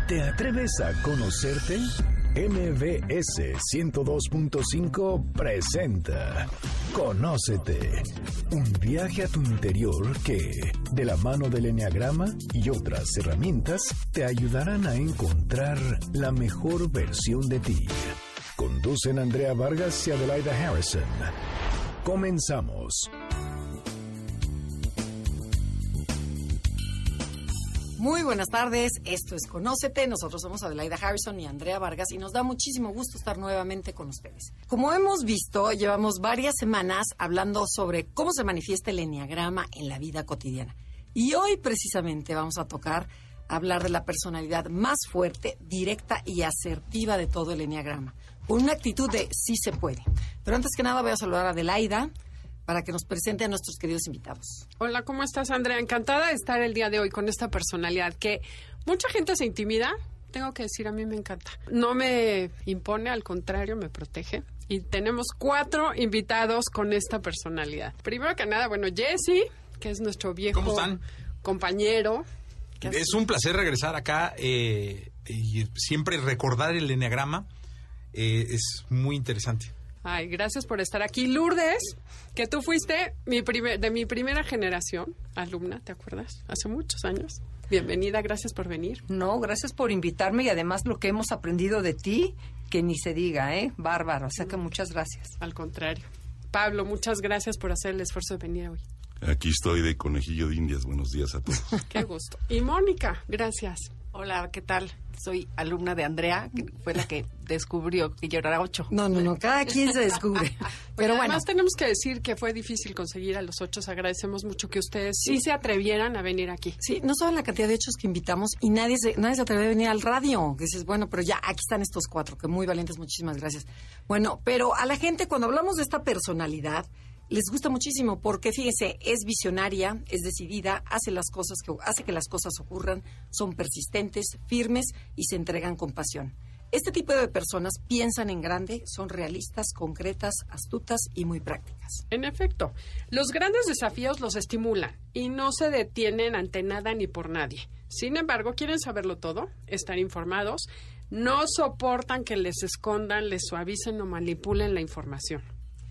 ¿Te atreves a conocerte? MBS 102.5 presenta Conócete, un viaje a tu interior que, de la mano del eneagrama y otras herramientas, te ayudarán a encontrar la mejor versión de ti. Conducen Andrea Vargas y Adelaida Harrison. Comenzamos. Muy buenas tardes, esto es Conócete, nosotros somos Adelaida Harrison y Andrea Vargas y nos da muchísimo gusto estar nuevamente con ustedes. Como hemos visto, llevamos varias semanas hablando sobre cómo se manifiesta el eneagrama en la vida cotidiana. Y hoy precisamente vamos a hablar de la personalidad más fuerte, directa y asertiva de todo el eneagrama, con una actitud de sí se puede. Pero antes que nada voy a saludar a Adelaida para que nos presente a nuestros queridos invitados. Hola, ¿cómo estás, Andrea? Encantada de estar el día de hoy con esta personalidad que mucha gente se intimida. Tengo que decir, a mí me encanta. No me impone, al contrario, me protege. Y tenemos 4 invitados con esta personalidad. Primero que nada, bueno, Jesse, que es nuestro viejo compañero. Es un placer regresar acá y siempre recordar el eneagrama. Es muy interesante. Ay, gracias por estar aquí. Lourdes, que tú fuiste de mi primera generación, alumna, ¿te acuerdas? Hace muchos años. Bienvenida, gracias por venir. No, gracias por invitarme y además lo que hemos aprendido de ti, que ni se diga, bárbaro, o sea que muchas gracias. Al contrario. Pablo, muchas gracias por hacer el esfuerzo de venir hoy. Aquí estoy de conejillo de indias, buenos días a todos. Qué gusto. Y Mónica, gracias. Hola, ¿qué tal? Soy alumna de Andrea, que fue la que descubrió que yo era 8. No, cada quien se descubre. Pero bueno, además tenemos que decir que fue difícil conseguir a los 8. Agradecemos mucho que ustedes sí se atrevieran a venir aquí. Sí, no saben la cantidad de 8 que invitamos y nadie se atreve a venir al radio. Que dices, bueno, pero ya, aquí están estos 4, que muy valientes, muchísimas gracias. Bueno, pero a la gente, cuando hablamos de esta personalidad, les gusta muchísimo porque, fíjense, es visionaria, es decidida, hace que las cosas ocurran, son persistentes, firmes y se entregan con pasión. Este tipo de personas piensan en grande, son realistas, concretas, astutas y muy prácticas. En efecto, los grandes desafíos los estimulan y no se detienen ante nada ni por nadie. Sin embargo, quieren saberlo todo, estar informados, no soportan que les escondan, les suavicen o manipulen la información.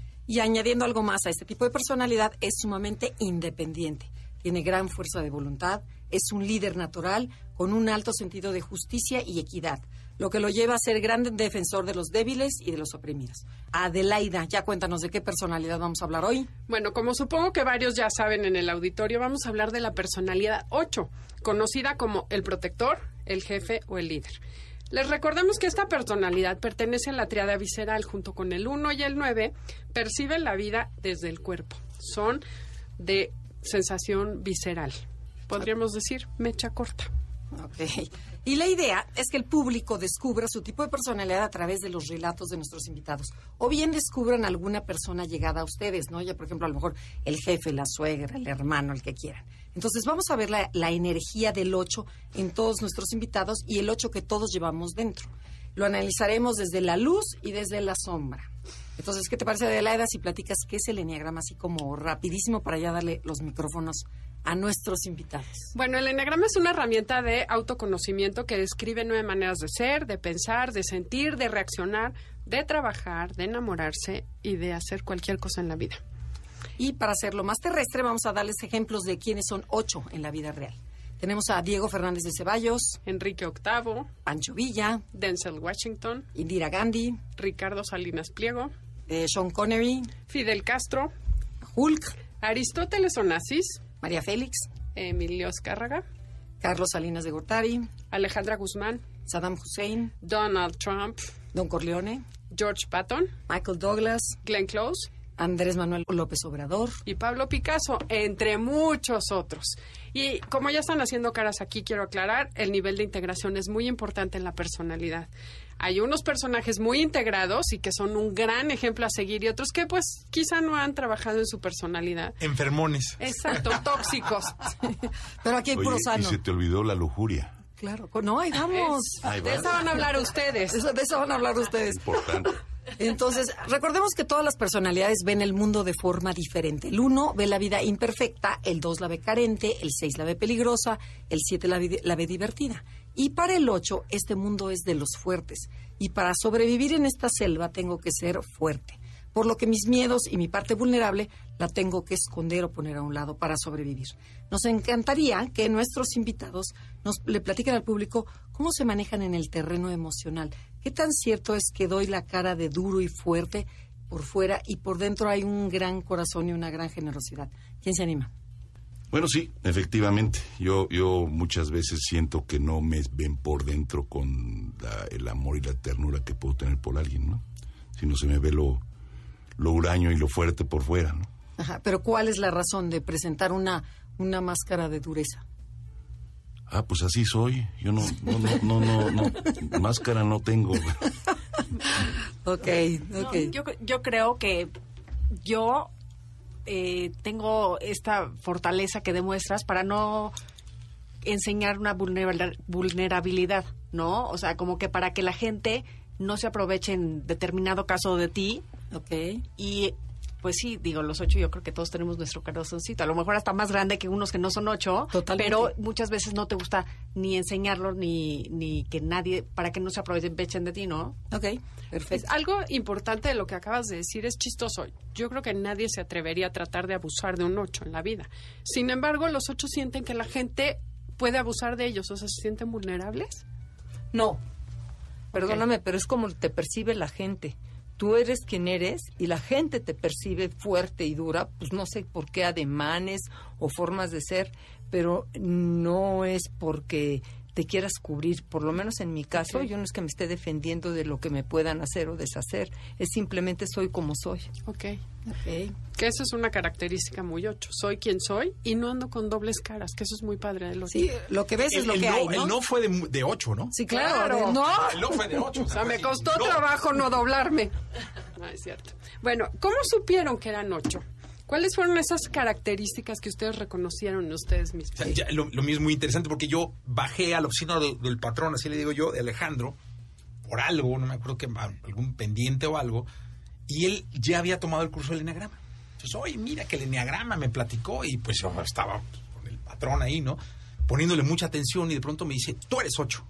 Y añadiendo algo más a este tipo de personalidad, es sumamente independiente. Tiene gran fuerza de voluntad, es un líder natural con un alto sentido de justicia y equidad, lo que lo lleva a ser gran defensor de los débiles y de los oprimidos. Adelaida, ya cuéntanos de qué personalidad vamos a hablar hoy. Bueno, como supongo que varios ya saben en el auditorio, vamos a hablar de la personalidad 8, conocida como el protector, el jefe o el líder. Les recordamos que esta personalidad pertenece a la tríada visceral. Junto con el 1 y el 9, perciben la vida desde el cuerpo. Son de sensación visceral. Podríamos decir mecha corta. Ok. Y la idea es que el público descubra su tipo de personalidad a través de los relatos de nuestros invitados. O bien descubran alguna persona llegada a ustedes, ¿no? Ya, por ejemplo, a lo mejor el jefe, la suegra, el hermano, el que quieran. Entonces vamos a ver la energía del 8 en todos nuestros invitados y el 8 que todos llevamos dentro. Lo analizaremos desde la luz y desde la sombra. Entonces, ¿qué te parece, Adelaida, si platicas qué es el eneagrama así como rapidísimo para ya darle los micrófonos a nuestros invitados? Bueno, el eneagrama es una herramienta de autoconocimiento que describe 9 maneras de ser, de pensar, de sentir, de reaccionar, de trabajar, de enamorarse y de hacer cualquier cosa en la vida. Y para hacerlo más terrestre, vamos a darles ejemplos de quiénes son 8 en la vida real. Tenemos a Diego Fernández de Ceballos, Enrique VIII, Pancho Villa, Denzel Washington, Indira Gandhi, Ricardo Salinas Pliego, Sean Connery, Fidel Castro, Hulk, Aristóteles Onassis, María Félix, Emilio Azcárraga, Carlos Salinas de Gortari, Alejandra Guzmán, Saddam Hussein, Donald Trump, Don Corleone, George Patton, Michael Douglas, Glenn Close, Andrés Manuel López Obrador y Pablo Picasso, entre muchos otros. Y como ya están haciendo caras aquí, quiero aclarar, el nivel de integración es muy importante en la personalidad. Hay unos personajes muy integrados y que son un gran ejemplo a seguir y otros que pues quizá no han trabajado en su personalidad. Enfermones. Exacto, tóxicos. Pero aquí hay puro sano. Y se te olvidó la lujuria. Claro, no, ahí vamos. De eso van a hablar ustedes. De eso van a hablar ustedes. Importante. Entonces, recordemos que todas las personalidades ven el mundo de forma diferente. El 1 ve la vida imperfecta, el 2 la ve carente, el 6 la ve peligrosa, el 7 la ve divertida. Y para el 8, este mundo es de los fuertes. Y para sobrevivir en esta selva tengo que ser fuerte. Por lo que mis miedos y mi parte vulnerable la tengo que esconder o poner a un lado para sobrevivir. Nos encantaría que nuestros invitados le platiquen al público cómo se manejan en el terreno emocional. ¿Qué tan cierto es que doy la cara de duro y fuerte por fuera y por dentro hay un gran corazón y una gran generosidad? ¿Quién se anima? Bueno, sí, efectivamente. Yo muchas veces siento que no me ven por dentro con el amor y la ternura que puedo tener por alguien, ¿no? Sino se me ve lo huraño y lo fuerte por fuera, ¿no? Ajá, pero ¿cuál es la razón de presentar una máscara de dureza? Pues así soy. Yo no, máscara no tengo. Ok. No, yo creo que yo tengo esta fortaleza que demuestras para no enseñar una vulnerabilidad, ¿no? O sea, como que para que la gente no se aproveche en determinado caso de ti. Ok. Y pues sí, digo, los 8 yo creo que todos tenemos nuestro corazoncito. A lo mejor hasta más grande que unos que no son 8. Totalmente. Pero muchas veces no te gusta ni enseñarlo ni que nadie, para que no se aprovechen de ti, ¿no? Ok, perfecto. Es algo importante de lo que acabas de decir, es chistoso. Yo creo que nadie se atrevería a tratar de abusar de un 8 en la vida. Sin embargo, los 8 sienten que la gente puede abusar de ellos, o sea, ¿se sienten vulnerables? No. Perdóname, pero es como te percibe la gente. Tú eres quien eres y la gente te percibe fuerte y dura, pues no sé por qué ademanes o formas de ser, pero no es porque te quieras cubrir. Por lo menos en mi caso, yo no es que me esté defendiendo de lo que me puedan hacer o deshacer, es simplemente soy como soy. Ok. Que eso es una característica muy 8. Soy quien soy y no ando con dobles caras, que eso es muy padre de los 8. Sí, lo que ves es lo que hay, ¿no? El no fue de 8, ¿no? Sí, claro. No. El no fue de 8. O sea, me costó trabajo no doblarme. No, es cierto. Bueno, ¿cómo supieron que eran 8? ¿Cuáles fueron esas características que ustedes reconocieron en ustedes mismos? O sea, lo mío es muy interesante porque yo bajé a la oficina del patrón, así le digo yo, de Alejandro, por algo, no me acuerdo que algún pendiente o algo, y él ya había tomado el curso del Enneagrama. Entonces, oye, mira que el Enneagrama me platicó y pues yo estaba con el patrón ahí, ¿no? Poniéndole mucha atención y de pronto me dice, tú eres 8.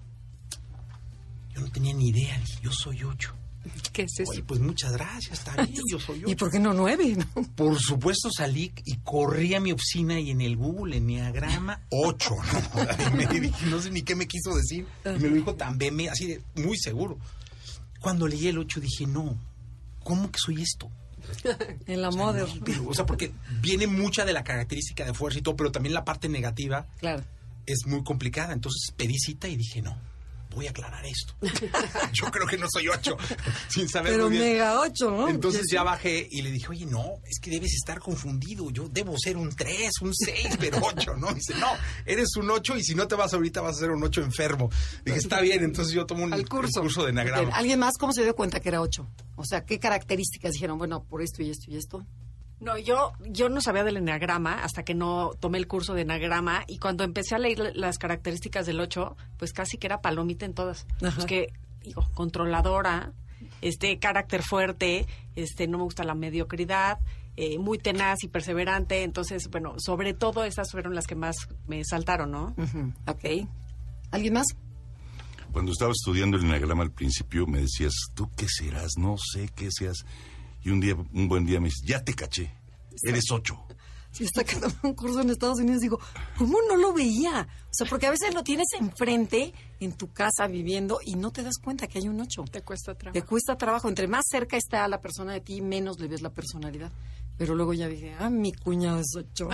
Yo no tenía ni idea, dije, yo soy 8. ¿Qué es eso? Oye, pues muchas gracias, está bien, yo soy 8. ¿Y por qué no 9? ¿No? Por supuesto salí y corrí a mi oficina y en el Google Enneagrama 8, ¿no? Y me dije, no sé ni qué me quiso decir. Y me lo dijo también, así de muy seguro. Cuando leí el 8 dije, no, ¿cómo que soy esto? En la moda. O sea, porque viene mucha de la característica de fuerza y todo, pero también la parte negativa Claro. es muy complicada. Entonces pedí cita y dije, no, voy a aclarar esto. Yo creo que no soy 8, sin saber Pero muy bien. mega 8, ¿no? Entonces ya bajé y le dije, oye, no, es que debes estar confundido. Yo debo ser un 3, un 6, pero 8, ¿no? Dice, no, eres un 8 y si no te vas ahorita vas a ser un 8 enfermo. Dije, está bien, entonces yo tomo el curso de Enneagrama. ¿Alguien más cómo se dio cuenta que era 8? O sea, ¿qué características dijeron? Bueno, por esto y esto y esto. No, yo no sabía del Enneagrama hasta que no tomé el curso de Enneagrama y cuando empecé a leer las características del 8, pues casi que era palomita en todas. Pues que, digo, controladora, carácter fuerte, no me gusta la mediocridad, muy tenaz y perseverante. Entonces, bueno, sobre todo esas fueron las que más me saltaron, ¿no? Ok. ¿Alguien más? Cuando estaba estudiando el Enneagrama al principio me decías, ¿tú qué serás? No sé qué seas. Y un buen día me dices, ya te caché, eres 8. Sí, está que tomé un curso en Estados Unidos, digo, ¿cómo no lo veía? O sea, porque a veces lo tienes enfrente, en tu casa, viviendo, y no te das cuenta que hay un 8. Te cuesta trabajo. Te cuesta trabajo. Entre más cerca está la persona de ti, menos le ves la personalidad. Pero luego ya dije, mi cuñado es 8.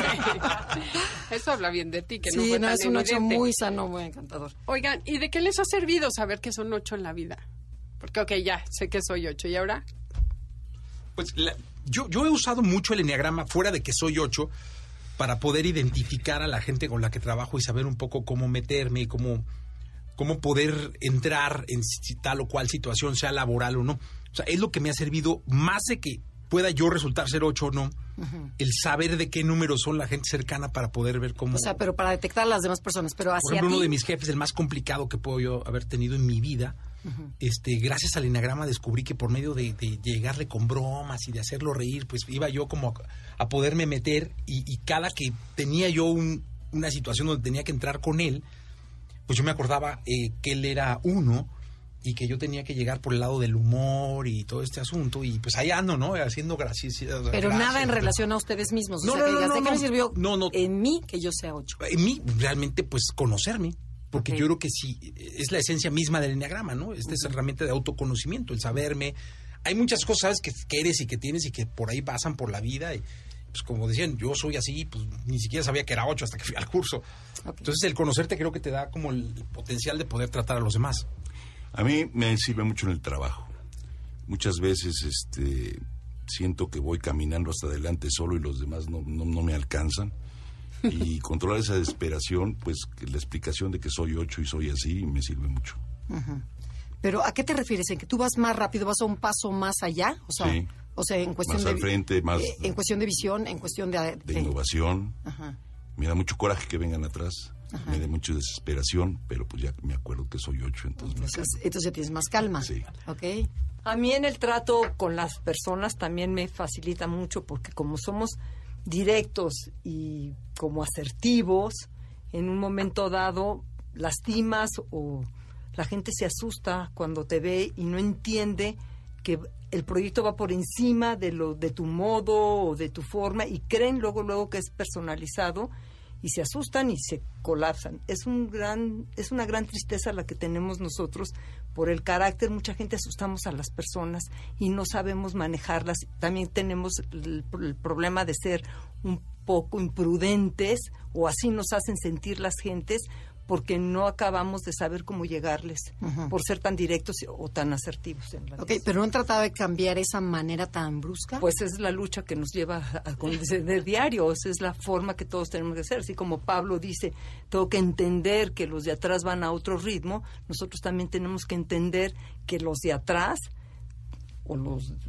Eso habla bien de ti, que no Sí, fue no, tan es un 8 evidente. muy sano, muy encantador. Oigan, ¿y de qué les ha servido saber que son 8 en la vida? Porque, ok, ya, sé que soy 8. ¿Y ahora? Pues yo he usado mucho el Enneagrama fuera de que soy 8 para poder identificar a la gente con la que trabajo y saber un poco cómo meterme y cómo poder entrar en tal o cual situación, sea laboral o no. O sea, es lo que me ha servido más de que pueda yo resultar ser 8 o no, el saber de qué números son la gente cercana para poder ver cómo... O sea, pero para detectar a las demás personas, pero Por hacia ejemplo, ti... uno de mis jefes, el más complicado que puedo yo haber tenido en mi vida, gracias al enneagrama descubrí que por medio de llegarle con bromas y de hacerlo reír, pues iba yo como a poderme meter y cada que tenía yo una situación donde tenía que entrar con él, pues yo me acordaba que él era uno y que yo tenía que llegar por el lado del humor y todo este asunto, y pues ahí ando, ¿no? Haciendo gracias. Pero nada en relación a ustedes mismos. ¿De qué me sirvió en mí que yo sea 8? En mí, realmente, pues, conocerme. Porque yo creo que sí, es la esencia misma del enneagrama, ¿no? Esta es herramienta de autoconocimiento, el saberme. Hay muchas cosas, ¿sabes?, que eres y que tienes y que por ahí pasan por la vida. Y, pues, como decían, yo soy así, pues, ni siquiera sabía que era 8 hasta que fui al curso. Entonces, el conocerte creo que te da como el potencial de poder tratar a los demás. A mí me sirve mucho en el trabajo. Muchas veces siento que voy caminando hasta adelante solo y los demás no me alcanzan. Y controlar esa desesperación, pues la explicación de que soy 8 y soy así me sirve mucho. Pero ¿a qué te refieres? ¿En que tú vas más rápido, vas a un paso más allá? O sea, sí. O sea, en cuestión más al frente, más en cuestión de visión, en cuestión de innovación. Me da mucho coraje que vengan atrás. Me da mucha desesperación, pero pues ya me acuerdo que soy 8, entonces ya tienes más calma. Sí. Okay. A mí en el trato con las personas también me facilita mucho, porque como somos directos y como asertivos, en un momento dado lastimas o la gente se asusta cuando te ve y no entiende que el proyecto va por encima de tu modo o de tu forma, y creen luego que es personalizado y se asustan y se colapsan. Es una gran tristeza la que tenemos nosotros por el carácter. Mucha gente asustamos a las personas y no sabemos manejarlas. También tenemos el problema de ser un poco imprudentes, o así nos hacen sentir las gentes, porque no acabamos de saber cómo llegarles por ser tan directos o tan asertivos en la vida. Pero no han tratado de cambiar esa manera tan brusca. Pues es la lucha que nos lleva de diario, esa es la forma que todos tenemos que hacer. Así como Pablo dice, tengo que entender que los de atrás van a otro ritmo, nosotros también tenemos que entender que los de atrás o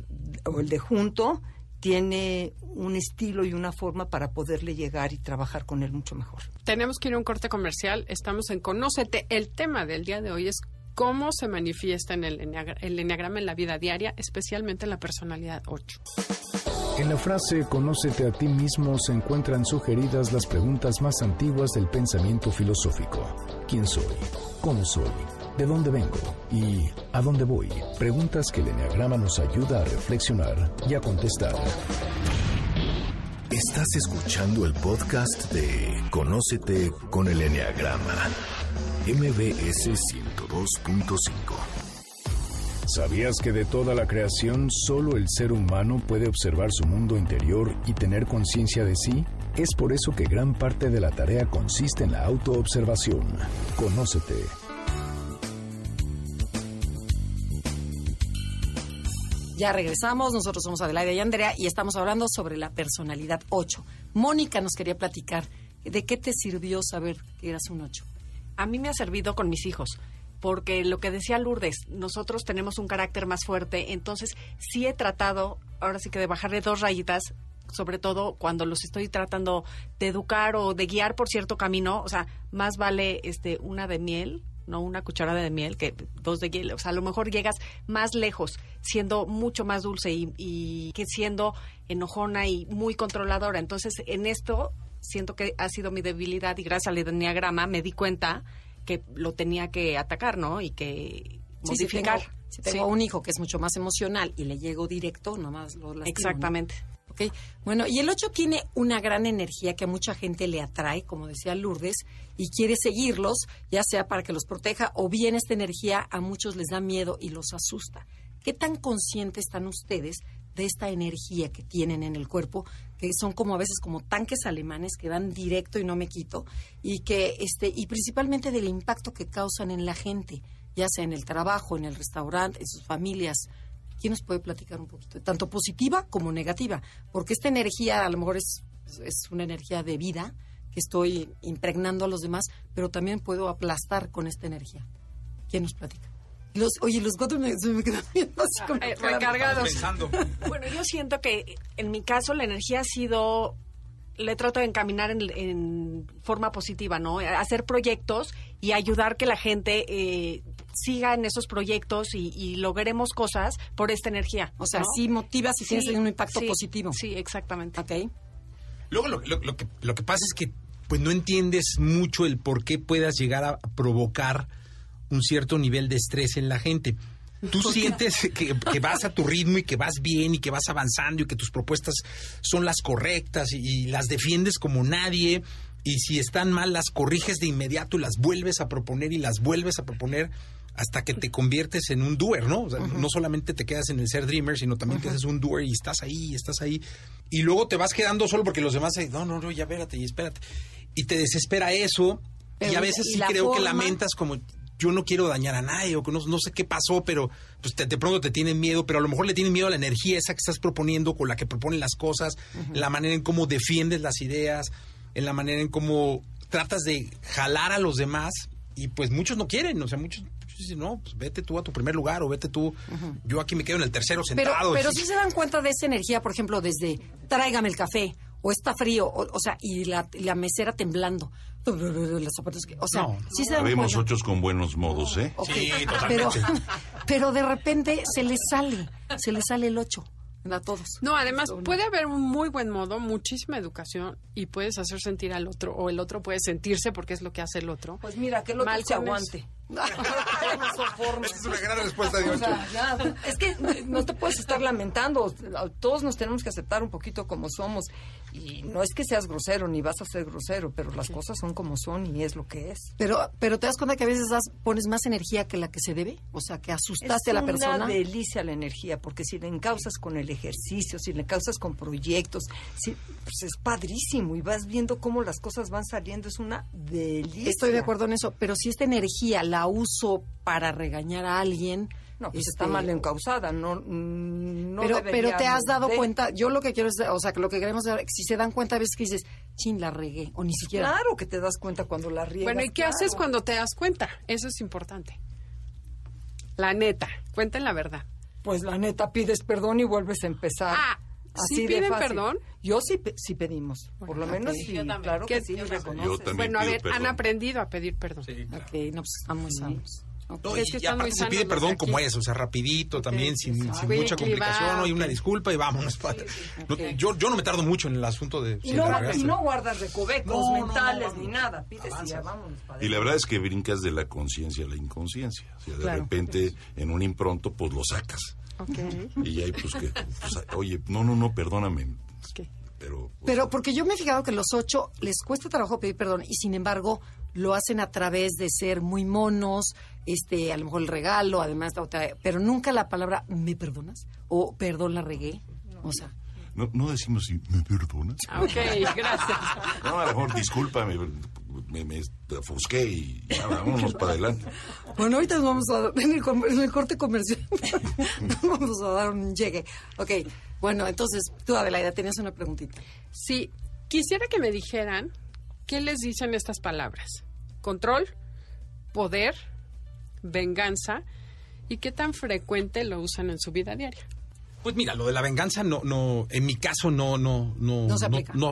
el de junto tiene un estilo y una forma para poderle llegar y trabajar con él mucho mejor. Tenemos que ir a un corte comercial. Estamos en Conócete. El tema del día de hoy es cómo se manifiesta en el enneagrama en la vida diaria, especialmente en la personalidad 8. En la frase «Conócete a ti mismo» se encuentran sugeridas las preguntas más antiguas del pensamiento filosófico. ¿Quién soy? ¿Cómo soy? ¿De dónde vengo? ¿Y a dónde voy? Preguntas que el enneagrama nos ayuda a reflexionar y a contestar. Estás escuchando el podcast de Conócete con el Enneagrama, MBS 102.5. ¿Sabías que de toda la creación solo el ser humano puede observar su mundo interior y tener conciencia de sí? Es por eso que gran parte de la tarea consiste en la autoobservación. Conócete. Ya regresamos, nosotros somos Adelaida y Andrea y estamos hablando sobre la personalidad 8. Mónica nos quería platicar, ¿de qué te sirvió saber que eras un 8? A mí me ha servido con mis hijos, porque lo que decía Lourdes, nosotros tenemos un carácter más fuerte, entonces sí he tratado, ahora sí que de bajarle 2 rayitas, sobre todo cuando los estoy tratando de educar o de guiar por cierto camino. O sea, más vale una de miel, no una cucharada de miel, que 2 de hielo. O sea, a lo mejor llegas más lejos siendo mucho más dulce y que siendo enojona y muy controladora. Entonces, en esto siento que ha sido mi debilidad, y gracias al enneagrama me di cuenta que lo tenía que atacar, ¿no? Y que modificar. Si tengo un hijo que es mucho más emocional y le llego directo, nomás lo lastimo. Exactamente. ¿No? Okay. Bueno, y el 8 tiene una gran energía que a mucha gente le atrae, como decía Lourdes, y quiere seguirlos, ya sea para que los proteja, o bien esta energía a muchos les da miedo y los asusta. ¿Qué tan conscientes están ustedes de esta energía que tienen en el cuerpo, que son como a veces como tanques alemanes que van directo y no me quito, y que y principalmente del impacto que causan en la gente, ya sea en el trabajo, en el restaurante, en sus familias? ¿Quién nos puede platicar un poquito? Tanto positiva como negativa, porque esta energía a lo mejor es una energía de vida que estoy impregnando a los demás, pero también puedo aplastar con esta energía. ¿Quién nos platica? Los 4 se me quedan viendo así como recargados. Bueno, yo siento que en mi caso la energía ha sido, le trato de encaminar en forma positiva, ¿no? Hacer proyectos y ayudar que la gente siga en esos proyectos y logremos cosas por esta energía. O sea, ¿no? sí motivas y tienes un impacto sí, positivo. Sí, exactamente. Ok. Luego lo que pasa es que pues no entiendes mucho el por qué puedas llegar a provocar un cierto nivel de estrés en la gente. Tú sientes que vas a tu ritmo y que vas bien y que vas avanzando y que tus propuestas son las correctas y las defiendes como nadie, y si están mal las corriges de inmediato y las vuelves a proponer y las vuelves a proponer hasta que te conviertes en un doer, ¿no? O sea, no solamente te quedas en el ser dreamer, sino también te haces un doer y estás ahí. Y luego te vas quedando solo porque los demás dicen, no, ya espérate. Y te desespera eso. Pero y a veces ¿y sí la creo que forma? lamentas como, yo no quiero dañar a nadie, o que no sé qué pasó, pero pues de pronto te tienen miedo, pero a lo mejor le tienen miedo a la energía esa que estás proponiendo, con la que proponen las cosas, la manera en cómo defiendes las ideas, en la manera en cómo tratas de jalar a los demás, y pues muchos no quieren, o sea, muchos dicen, no, pues vete tú a tu primer lugar, o vete tú, yo aquí me quedo en el tercero sentado. Pero sí se dan cuenta de esa energía, por ejemplo, desde tráigame el café, o está frío, o sea, y la mesera temblando. Los zapatos o sea, sí se dan Habemos cuenta. 8 con buenos modos, ¿eh? Ok, Sí, totalmente. pero de repente se les sale el 8 a todos. No, además puede haber un muy buen modo, muchísima educación, y puedes hacer sentir al otro, o el otro puede sentirse porque es lo que hace el otro. Pues mira, que el otro Mal se con aguante. Esa es una gran respuesta de O 8. sea, ya, es que no te puedes estar lamentando. Todos nos tenemos que aceptar un poquito como somos. Y no es que seas grosero, ni vas a ser grosero, pero las cosas son como son y es lo que es. Pero te das cuenta que a veces pones más energía que la que se debe, o sea, que asustaste a la persona. Es una delicia la energía, porque si le encausas con el ejercicio, si le encausas con proyectos, pues es padrísimo y vas viendo cómo las cosas van saliendo, es una delicia. Estoy de acuerdo en eso, pero si esta energía la uso para regañar a alguien, No, pues está mal encausada, no pero te has dado deberíamos de- cuenta, yo lo que quiero es, o sea, que lo que queremos saber, si se dan cuenta a veces que dices, chin, la regué, o ni siquiera. Claro que te das cuenta cuando la riegas. Bueno, ¿y qué claro. haces cuando te das cuenta? Eso es importante. La neta, cuenten la verdad. Pues la neta, pides perdón y vuelves a empezar. Ah, Así ¿sí de piden fácil. perdón? Yo sí pedimos, por lo menos sí, claro que ¿Qué- sí, Yo reconoces. también Bueno, a pido ver, perdón. han aprendido a pedir perdón. Sí, claro. Ok, no, pues estamos sanos. Ok. No, Es y que están aparte muy se pide sanos los perdón de aquí. como es, o sea, rapidito también, sí, sin sí. mucha Bien complicación, clivado, y una ok. disculpa y vámonos. No, yo no me tardo mucho en el asunto de... Y si no, la regaste. y no guardas recovecos No, mentales vamos. ni nada, pides y Avanza. ya vámonos para Y la verdad es que brincas de la conciencia a la inconsciencia. O sea, de Claro. repente, en un impronto, pues lo sacas. Ok. Y ahí, pues, oye, no, perdóname. Ok. Pero, Pero porque yo me he fijado que los 8 les cuesta trabajo pedir perdón y sin embargo lo hacen a través de ser muy monos, a lo mejor el regalo, además, pero nunca la palabra ¿me perdonas? O perdón, la regué. O sea, no decimos si me perdonas. Ah, ok, gracias. No, a lo mejor discúlpame, me ofusqué y ya, vámonos para adelante. bueno, ahorita nos vamos a dar, en el corte comercial, nos vamos a dar un llegue. Ok, bueno, entonces tú, Adelaida, tenías una preguntita. Sí, quisiera que me dijeran qué les dicen estas palabras. Control, poder, venganza, y qué tan frecuente lo usan en su vida diaria. Pues mira, lo de la venganza no, en mi caso no se aplica. No.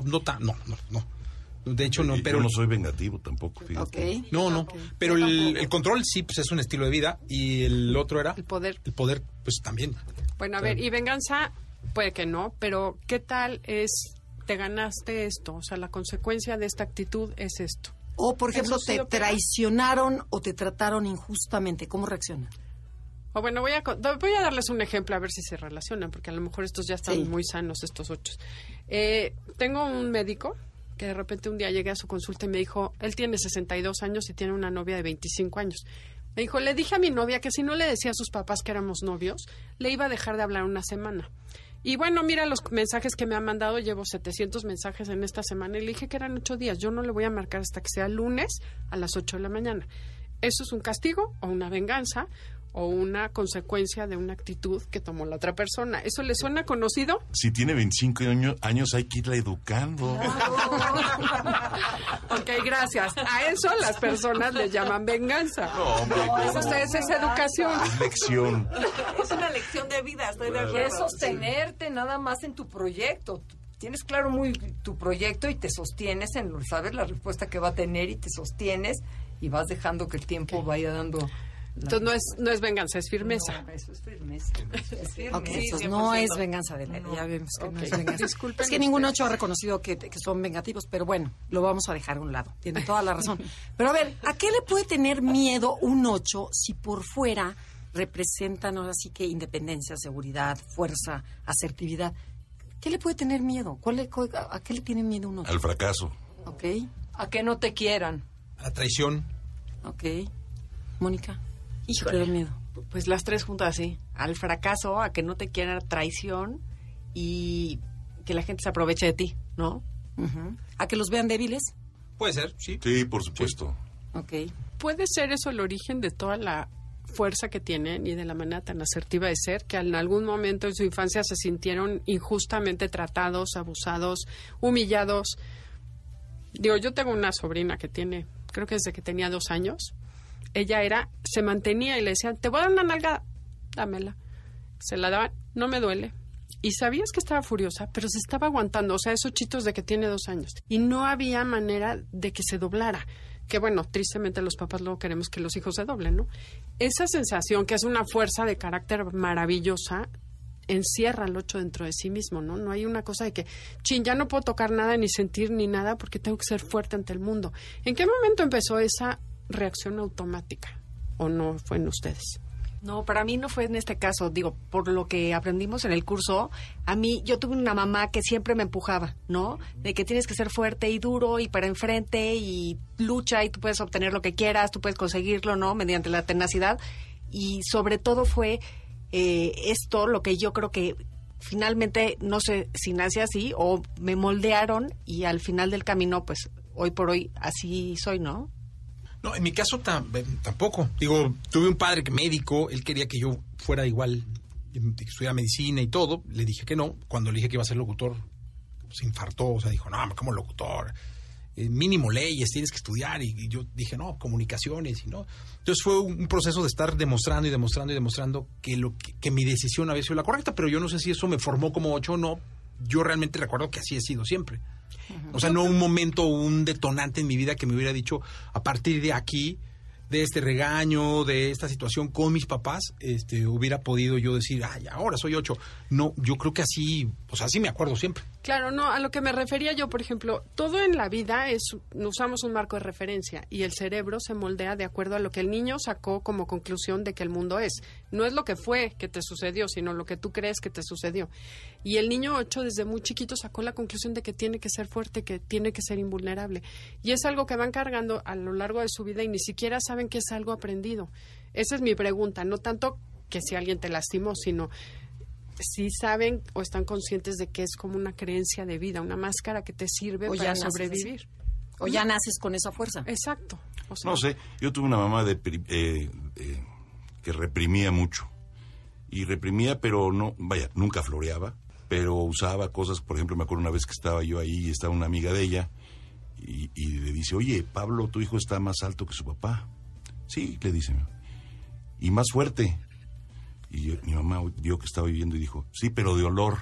De hecho no, pero Yo no soy vengativo tampoco, fíjate. Ok. no, pero el control sí, pues es un estilo de vida, y el otro era El poder. el poder, pues también. Bueno, a ver, y venganza, puede que no, pero ¿qué tal es, te ganaste esto? O sea, la consecuencia de esta actitud es esto. O, por ejemplo, ¿Eso sí te lo pega? traicionaron o te trataron injustamente. ¿Cómo reaccionan? O bueno, voy a darles un ejemplo a ver si se relacionan, porque a lo mejor estos ya están Sí. muy sanos, estos 8. Tengo un médico que de repente un día llegué a su consulta y me dijo, él tiene 62 años y tiene una novia de 25 años. Me dijo, le dije a mi novia que si no le decía a sus papás que éramos novios, le iba a dejar de hablar una semana. Y bueno, mira los mensajes que me han mandado, llevo 700 mensajes en esta semana y le dije que eran 8 días. Yo no le voy a marcar hasta que sea lunes a las 8 de la mañana. ¿Eso es un castigo o una venganza o una consecuencia de una actitud que tomó la otra persona? ¿Eso le suena conocido? Si tiene 25 años hay que irla educando. Ok, gracias. A eso las personas le llaman venganza. No, hombre, Eso es educación. es lección. Es una lección de vida, estoy de Y es acuerdo. sostenerte nada más en tu proyecto. Tienes claro muy tu proyecto y te sostienes sabes la respuesta que va a tener y te sostienes y vas dejando que el tiempo vaya dando Entonces no es venganza, es firmeza. No, eso es firmeza. Es firme. Ok, Sí, entonces 100%. no es venganza de ya vemos que no es venganza. Disculpen Es que ningún ustedes. 8 ha reconocido que son vengativos, pero bueno, lo vamos a dejar a un lado. Tienen toda la razón. Pero a ver, ¿a qué le puede tener miedo un 8 si por fuera representan ahora sí que independencia, seguridad, fuerza, asertividad? ¿Qué le puede tener miedo? ¿A qué le tiene miedo un 8? Al fracaso. Ok, A que no te quieran. A la traición. ok. Mónica, híjole, le da miedo. Pues las tres juntas, sí. Al fracaso, a que no te quieran, traición y que la gente se aproveche de ti, ¿no? Ujú. ¿A que los vean débiles? Puede ser, sí. Sí, por supuesto. Ok. ¿Puede ser eso el origen de toda la fuerza que tienen y de la manera tan asertiva de ser, que en algún momento en su infancia se sintieron injustamente tratados, abusados, humillados? Digo, yo tengo una sobrina que tiene, creo que desde que tenía 2 años, ella se mantenía y le decían, te voy a dar una nalgada, dámela. Se la daban, no me duele. Y sabías que estaba furiosa, pero se estaba aguantando, o sea, esos chitos de que tiene 2 años. Y no había manera de que se doblara. Que bueno, tristemente los papás luego queremos que los hijos se doblen, ¿no? Esa sensación, que es una fuerza de carácter maravillosa, encierra al 8 dentro de sí mismo, ¿no? No hay una cosa de que, ya no puedo tocar nada, ni sentir, ni nada, porque tengo que ser fuerte ante el mundo. ¿En qué momento empezó esa reacción automática? ¿O no fue en ustedes? No, para mí no fue en este caso, digo, por lo que aprendimos en el curso, yo tuve una mamá que siempre me empujaba, ¿no? De que tienes que ser fuerte y duro y para enfrente y lucha y tú puedes obtener lo que quieras, tú puedes conseguirlo, ¿no? Mediante la tenacidad. Y sobre todo fue esto lo que yo creo que finalmente, no sé si nací así o me moldearon y al final del camino, pues hoy por hoy así soy, ¿no? No, en mi caso tampoco. Digo, tuve un padre que médico, él quería que yo fuera igual, que estudiara medicina y todo. Le dije que no. Cuando le dije que iba a ser locutor, se infartó. O sea, dijo, no, ¿cómo locutor? Mínimo leyes, tienes que estudiar. Y yo dije, no, comunicaciones. Y no. Entonces fue un proceso de estar demostrando y demostrando y demostrando que mi decisión había sido la correcta. Pero yo no sé si eso me formó como 8 o no. Yo realmente recuerdo que así he sido siempre. O sea, no un momento, un detonante en mi vida que me hubiera dicho, a partir de aquí, de este regaño, de esta situación con mis papás, hubiera podido yo decir, ay, ahora soy 8. No, yo creo que así, o sea, así me acuerdo siempre. Claro, no, a lo que me refería yo, por ejemplo, todo en la vida usamos un marco de referencia y el cerebro se moldea de acuerdo a lo que el niño sacó como conclusión de que el mundo es. No es lo que fue que te sucedió, sino lo que tú crees que te sucedió. Y el niño 8 desde muy chiquito sacó la conclusión de que tiene que ser fuerte, que tiene que ser invulnerable. Y es algo que van cargando a lo largo de su vida y ni siquiera saben que es algo aprendido. Esa es mi pregunta, no tanto que si alguien te lastimó, sino si saben o están conscientes de que es como una creencia de vida, una máscara que te sirve para sobrevivir. O ya naces con esa fuerza. Exacto. O sea, No sé, yo tuve una mamá que reprimía mucho. Y reprimía, pero no, vaya, nunca floreaba, pero usaba cosas, por ejemplo, me acuerdo una vez que estaba yo ahí y estaba una amiga de ella y le dice, oye, Pablo, tu hijo está más alto que su papá. Sí, le dice, y más fuerte. Y mi mamá vio que estaba viviendo y dijo, sí, pero de olor.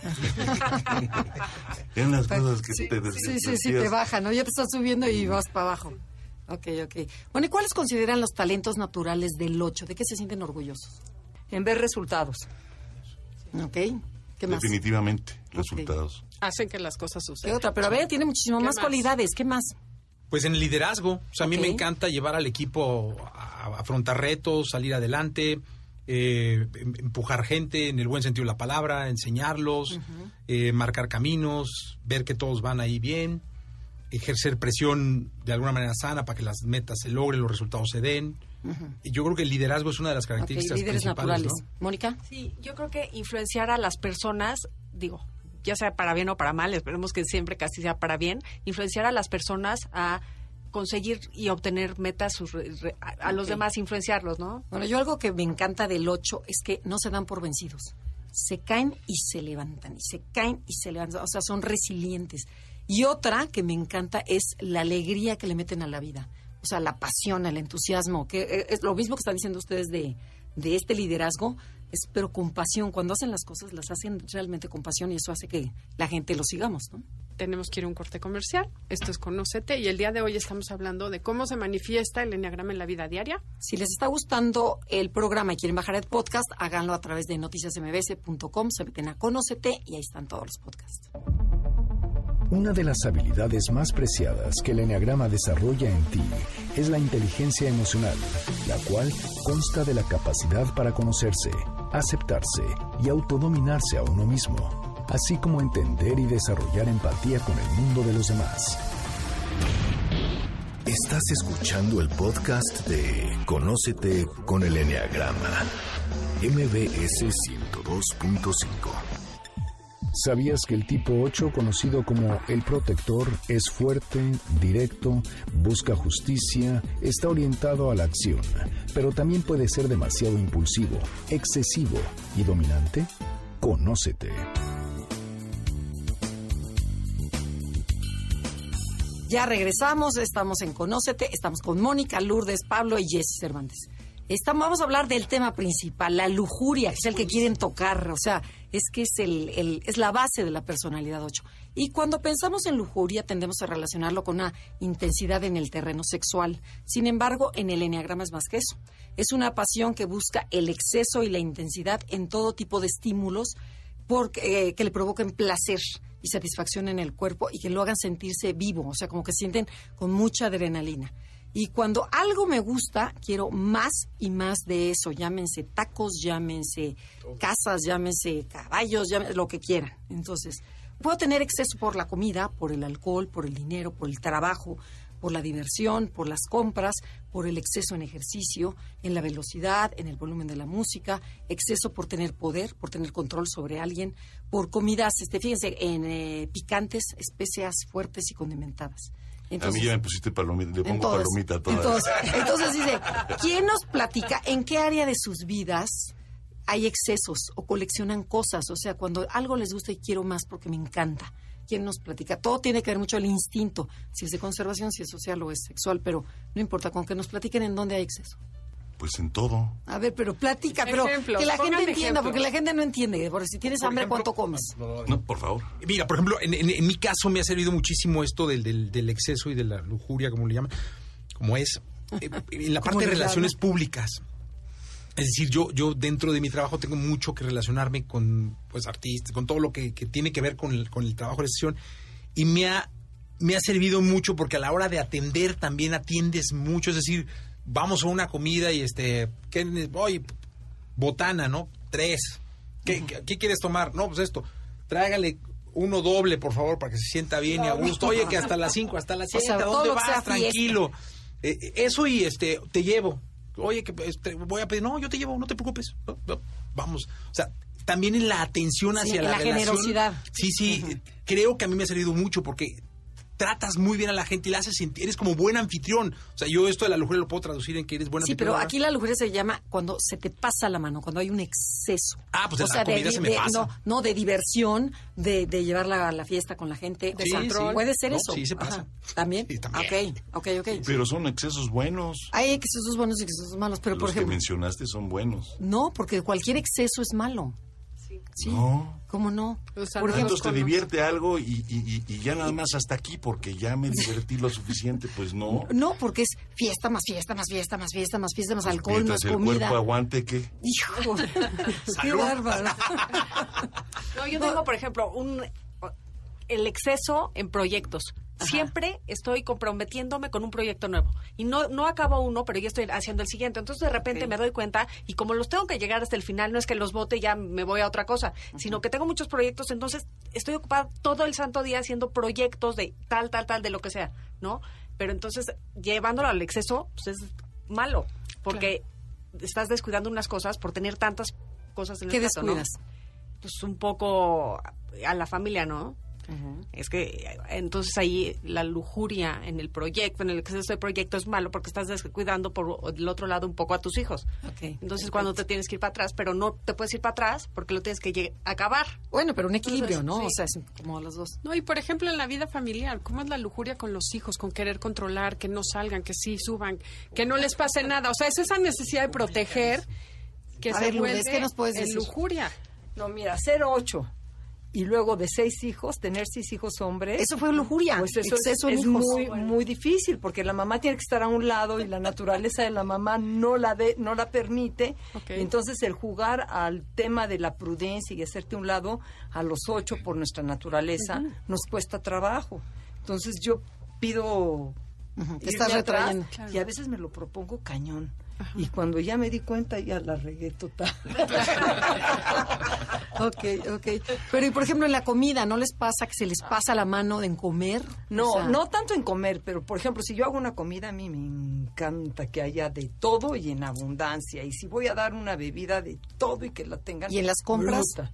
Eran las cosas que te decías. Sí, te baja, ¿no? Ya te estás subiendo y vas para abajo. Ok. Bueno, ¿y cuáles consideran los talentos naturales del 8? ¿De qué se sienten orgullosos? En ver resultados. Ok. ¿Qué más? Definitivamente, resultados. hacen que las cosas ¿Qué sucedan. otra? Pero a ver, tiene muchísimo ¿Qué más más? cualidades. ¿Qué más? Pues en el liderazgo. O sea, a mí Ok. me encanta llevar al equipo a afrontar retos, salir adelante, empujar gente en el buen sentido de la palabra, enseñarlos, marcar caminos, ver que todos van ahí bien, ejercer presión de alguna manera sana para que las metas se logren, los resultados se den. Y yo creo que el liderazgo es una de las Ok, características líderes principales, naturales. ¿no? Mónica. Sí, yo creo que influenciar a las personas, digo, ya sea para bien o para mal, esperemos que siempre casi sea para bien, influenciar a las personas a conseguir y obtener metas, a los Ok. demás, influenciarlos, ¿no? Bueno, yo algo que me encanta del 8 es que no se dan por vencidos. Se caen y se levantan, y se caen y se levantan. O sea, son resilientes. Y otra que me encanta es la alegría que le meten a la vida. O sea, la pasión, el entusiasmo, que es lo mismo que están diciendo ustedes de de este liderazgo es pero con pasión. Cuando hacen las cosas, las hacen realmente con pasión y eso hace que la gente lo sigamos, ¿no? Tenemos que ir a un corte comercial. Esto es Conócete y el día de hoy estamos hablando de cómo se manifiesta el enneagrama en la vida diaria. Si les está gustando el programa y quieren bajar el podcast, háganlo a través de noticiasmbs.com, se meten a Conócete y ahí están todos los podcasts. Una de las habilidades más preciadas que el enneagrama desarrolla en ti es la inteligencia emocional, la cual consta de la capacidad para conocerse, aceptarse y autodominarse a uno mismo, así como entender y desarrollar empatía con el mundo de los demás. Estás escuchando el podcast de Conócete con el Enneagrama, MBS 102.5. ¿Sabías que el tipo 8, conocido como el protector, es fuerte, directo, busca justicia, está orientado a la acción, pero también puede ser demasiado impulsivo, excesivo y dominante? Conócete. Ya regresamos, estamos en Conócete, estamos con Mónica, Lourdes, Pablo y Jessy Cervantes. Vamos a hablar del tema principal, la lujuria, que es el que quieren tocar, o sea, es que es la base de la personalidad 8. Y cuando pensamos en lujuria tendemos a relacionarlo con una intensidad en el terreno sexual. Sin embargo, en el enneagrama es más que eso. Es una pasión que busca el exceso y la intensidad en todo tipo de estímulos que le provoquen placer y satisfacción en el cuerpo y que lo hagan sentirse vivo, o sea, como que sienten con mucha adrenalina. Y cuando algo me gusta, quiero más y más de eso. Llámense tacos, llámense casas, llámense caballos, llámense lo que quieran. Entonces, puedo tener exceso por la comida, por el alcohol, por el dinero, por el trabajo, por la diversión, por las compras, por el exceso en ejercicio, en la velocidad, en el volumen de la música, exceso por tener poder, por tener control sobre alguien, por comidas, fíjense, en picantes, especias fuertes y condimentadas. Entonces, a mí ya me pusiste palomita, le pongo palomita a todas. Entonces dice, ¿quién nos platica en qué área de sus vidas hay excesos o coleccionan cosas? O sea, cuando algo les gusta y quiero más porque me encanta. ¿Quién nos platica? Todo tiene que ver mucho el instinto, si es de conservación, si es social o es sexual, pero no importa, con que nos platiquen en dónde hay exceso. Pues en todo. A ver, pero platica, pero ejemplos, que la gente entienda, ejemplos. porque la gente no entiende. Porque si tienes hambre, ¿cuánto comes? No, por favor. Mira, por ejemplo, en mi caso me ha servido muchísimo esto del exceso y de la lujuria, como le llaman, como es en la parte de relaciones públicas. Es decir, yo dentro de mi trabajo tengo mucho que relacionarme con artistas, con todo lo que tiene que ver con el trabajo de sesión, y me ha servido mucho porque a la hora de atender también atiendes mucho, es decir, vamos a una comida y oye, botana, ¿no? 3. ¿Qué quieres tomar? No, pues esto. Tráigale uno doble, por favor, para que se sienta bien y a gusto. Oye, que hasta las 5, hasta las 7, ¿a dónde vas? Tranquilo. Eso y te llevo. Oye, que voy a pedir. No, yo te llevo, no te preocupes. No, vamos. O sea, también en la atención hacia la relación. Generosidad. Sí, creo que a mí me ha servido mucho porque tratas muy bien a la gente y la haces sentir, eres como buen anfitrión. O sea, yo esto de la lujuria lo puedo traducir en que eres buen anfitrión. Sí, pero aquí la lujuria se llama cuando se te pasa la mano, cuando hay un exceso. Ah, pues la comida se me pasa. No, de diversión, de llevarla a la fiesta con la gente. Sí, sí. Puede ser eso. Sí, se pasa. ¿También? Sí, también. Ok. Pero son excesos buenos. Hay excesos buenos y excesos malos, pero Los por ejemplo... que mencionaste son buenos. No, porque cualquier exceso es malo. Sí. No. ¿Cómo no? Por ejemplo, te divierte algo y ya nada más hasta aquí porque ya me divertí lo suficiente, pues no. No, porque es fiesta, más fiesta, más fiesta, más fiesta, más fiesta, más alcohol, más el comida. El cuerpo aguante, ¿qué? Hijo, qué bárbaro. No, yo tengo, por ejemplo, el exceso en proyectos. Ajá. Siempre estoy comprometiéndome con un proyecto nuevo. Y no acabo uno, pero ya estoy haciendo el siguiente. Entonces, de repente me doy cuenta, y como los tengo que llegar hasta el final, no es que los bote y ya me voy a otra cosa, sino que tengo muchos proyectos, entonces estoy ocupada todo el santo día haciendo proyectos de tal, de lo que sea, ¿no? Pero entonces, llevándolo al exceso, pues es malo, porque estás descuidando unas cosas por tener tantas cosas en el ¿Qué plato, descuidas? ¿no? Pues un poco a la familia, ¿no? Es que entonces ahí la lujuria en el proyecto, en el exceso de proyecto es malo porque estás descuidando por el otro lado un poco a tus hijos. Entonces cuando te tienes que ir para atrás, pero no te puedes ir para atrás porque lo tienes que acabar. Bueno, pero un equilibrio, Entonces, ¿no? sí. O sea, es como las dos. No, y por ejemplo en la vida familiar, ¿cómo es la lujuria con los hijos? Con querer controlar, que no salgan, que sí suban, que no les pase nada. O sea, es esa necesidad de proteger que A se ver, Lourdes, vuelve ¿qué nos puedes en decir? lujuria. No, mira, ser 8 y luego de 6 hijos, tener 6 hijos hombres. Eso fue lujuria, Pues eso exceso en es hijos. muy difícil, porque la mamá tiene que estar a un lado y la naturaleza de la mamá no la permite. Ok. Y entonces el jugar al tema de la prudencia y hacerte a un lado a los 8 por nuestra naturaleza nos cuesta trabajo. Entonces yo pido Te irme estás atrás, retrayendo. y a veces me lo propongo cañón. Y cuando ya me di cuenta, ya la regué total. Ok. Pero, y por ejemplo, en la comida, ¿no les pasa que se les pasa la mano en comer? No, O sea, no tanto en comer, pero por ejemplo, si yo hago una comida, a mí me encanta que haya de todo y en abundancia. Y si voy a dar una bebida, de todo y que la tengan. ¿Y en las compras? bruta.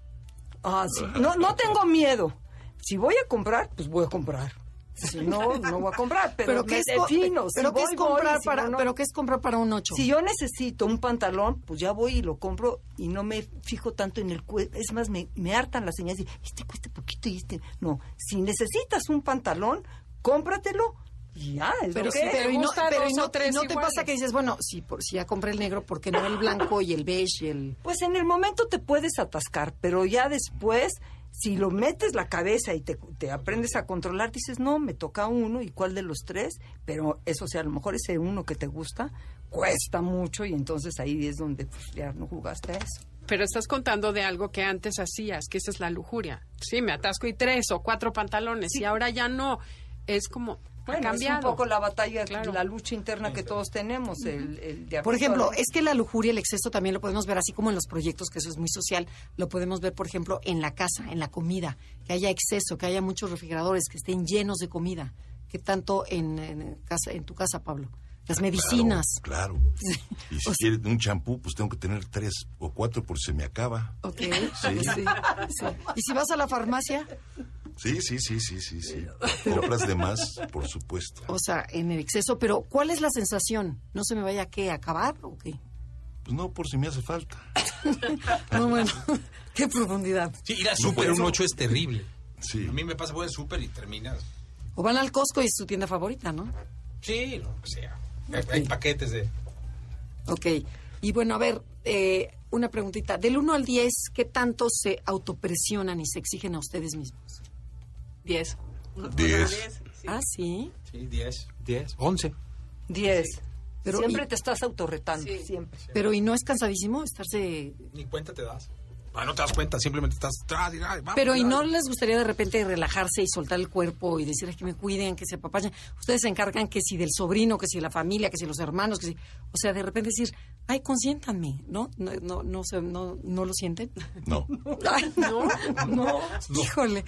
Sí. No tengo miedo. Si voy a comprar, pues voy a comprar. Si no, no voy a comprar. Pero ¿qué me es, defino. pero Si ¿qué voy, es comprar voy, y si para, no, no. pero qué es comprar para un 8? Si yo necesito un pantalón, pues ya voy y lo compro y no me fijo tanto en el cuello. Es más, me hartan las señales de, este cuesta poquito y este... No, si necesitas un pantalón, cómpratelo y ya, es Pero lo sí, que es. pero y no, gusta pero dos y no, o tres y no te iguales. pasa que dices, bueno, si ya compré el negro, ¿por qué no el blanco y el beige y el...? Pues en el momento te puedes atascar, pero ya después, si lo metes la cabeza y te aprendes a controlar, dices, no, me toca uno, ¿y cuál de los 3? Pero eso, o sea, a lo mejor ese uno que te gusta cuesta mucho y entonces ahí es donde pues, ya no jugaste a eso. Pero estás contando de algo que antes hacías, que esa es la lujuria. Sí, me atasco y 3 o 4 pantalones y ahora ya no. Es como, Bueno, ha cambiado. es un poco la batalla, Claro. la lucha interna que todos tenemos. El de Por ejemplo, arriba. es que la lujuria, el exceso también lo podemos ver así como en los proyectos, que eso es muy social, lo podemos ver, por ejemplo, en la casa, en la comida, que haya exceso, que haya muchos refrigeradores, que estén llenos de comida, que tanto en tu casa, Pablo. Las medicinas. Claro. Y si quieres un champú, pues tengo que tener 3 o 4 por si se me acaba. Ok. Sí. Sí. ¿Y si vas a la farmacia? Sí. Compras de más, por supuesto. O sea, en el exceso, pero ¿cuál es la sensación? ¿No se me vaya a acabar o qué? Pues no, por si me hace falta. No, bueno, qué profundidad. Sí, ir a súper un 8 es terrible. Sí. A mí me pasa, voy al súper y terminas. O van al Costco y es su tienda favorita, ¿no? Sí, lo que sea. Hay paquetes de... Ok. Y bueno, a ver, una preguntita. Del 1 al 10, ¿qué tanto se autopresionan y se exigen a ustedes mismos? 10. 10. Ah, sí. Sí, 10, 11. 10. Pero Siempre y- te estás autorretando, siempre. Pero ¿y no es cansadísimo estarse...? Ni cuenta te das. No te das cuenta, simplemente estás atrás y ay, vamos, Pero ¿y dale. no les gustaría de repente relajarse y soltar el cuerpo y decirles que me cuiden, que se apapachen? Ustedes se encargan que si del sobrino, que si de la familia, que si de los hermanos, que si... O sea, de repente decir, ay, consiéntanme, ¿no? ¿No lo sienten? No. Ay, no. Híjole.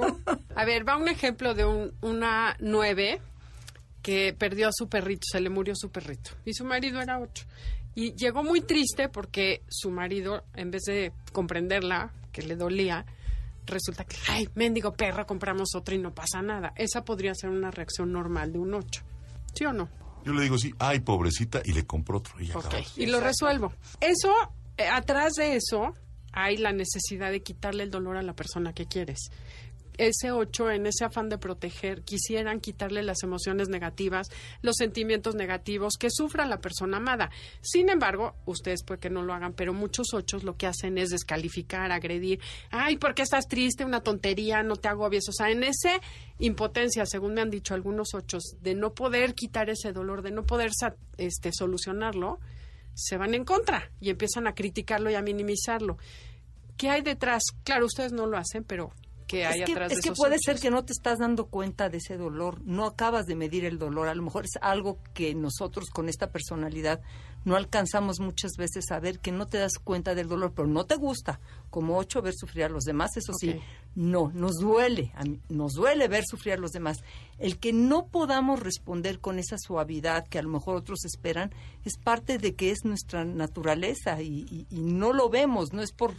A ver, va un ejemplo de una 9 que perdió a su perrito, se le murió su perrito. Y su marido era 8. Y llegó muy triste porque su marido, en vez de comprenderla, que le dolía, resulta que, ay, mendigo perro, compramos otro y no pasa nada. Esa podría ser una reacción normal de un 8. ¿Sí o no? Yo le digo sí, ay, pobrecita, y le compro otro y ya Ok, acabó. y lo resuelvo. Eso, atrás de eso, hay la necesidad de quitarle el dolor a la persona que quieres. Ese 8, en ese afán de proteger, quisieran quitarle las emociones negativas, los sentimientos negativos que sufra la persona amada. Sin embargo, ustedes puede que no lo hagan, pero muchos 8 lo que hacen es descalificar, agredir. Ay, ¿por qué estás triste? Una tontería, no te agobies. O sea, en esa impotencia, según me han dicho algunos 8, de no poder quitar ese dolor, de no poder solucionarlo, se van en contra y empiezan a criticarlo y a minimizarlo. ¿Qué hay detrás? Claro, ustedes no lo hacen, pero ¿qué hay atrás de Es que esos puede 8? ser que no te estás dando cuenta de ese dolor, no acabas de medir el dolor, a lo mejor es algo que nosotros con esta personalidad no alcanzamos muchas veces a ver, que no te das cuenta del dolor, pero no te gusta, como 8, ver sufrir a los demás, eso sí, Ok. no, nos duele, nos duele ver sufrir a los demás. El que no podamos responder con esa suavidad que a lo mejor otros esperan, es parte de que es nuestra naturaleza y no lo vemos, no es por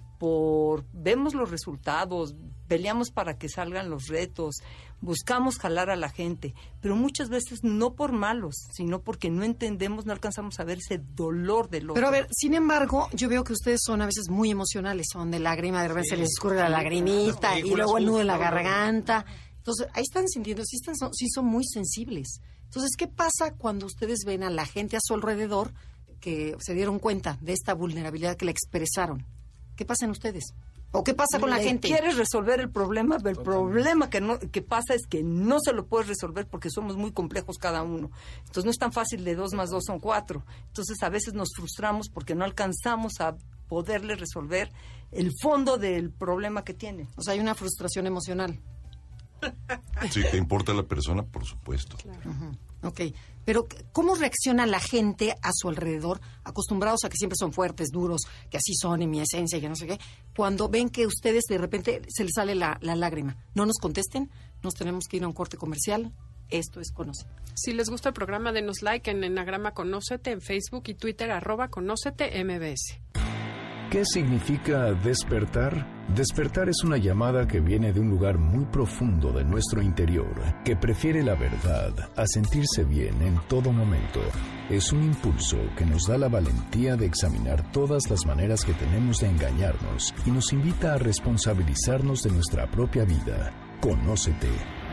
vemos los resultados, peleamos para que salgan los retos, buscamos jalar a la gente, pero muchas veces no por malos, sino porque no entendemos, no alcanzamos a ver ese dolor del otro. Pero a ver, sin embargo, yo veo que ustedes son a veces muy emocionales, son de lágrima, de repente se les escurre la lagrimita y luego el nudo en la garganta. Entonces, ahí están sintiendo, sí son muy sensibles. Entonces, ¿qué pasa cuando ustedes ven a la gente a su alrededor que se dieron cuenta de esta vulnerabilidad, que la expresaron, ¿qué pasa en ustedes? ¿O qué pasa con la gente? ¿Quieres resolver el problema? El problema que pasa es que no se lo puedes resolver porque somos muy complejos cada uno. Entonces no es tan fácil de 2 más 2 son 4. Entonces a veces nos frustramos porque no alcanzamos a poderle resolver el fondo del problema que tiene. O sea, hay una frustración emocional. Si te importa la persona, por supuesto. Claro. Ok, pero ¿cómo reacciona la gente a su alrededor, acostumbrados a que siempre son fuertes, duros, que así son en mi esencia, que no sé qué, cuando ven que ustedes de repente se les sale la lágrima? No nos contesten, nos tenemos que ir a un corte comercial. Esto es Conoce. Si les gusta el programa, denos like en Enagrama Conócete, en Facebook y Twitter, @ConóceteMBS. ¿Qué significa despertar? Despertar es una llamada que viene de un lugar muy profundo de nuestro interior, que prefiere la verdad a sentirse bien en todo momento. Es un impulso que nos da la valentía de examinar todas las maneras que tenemos de engañarnos y nos invita a responsabilizarnos de nuestra propia vida. Conócete.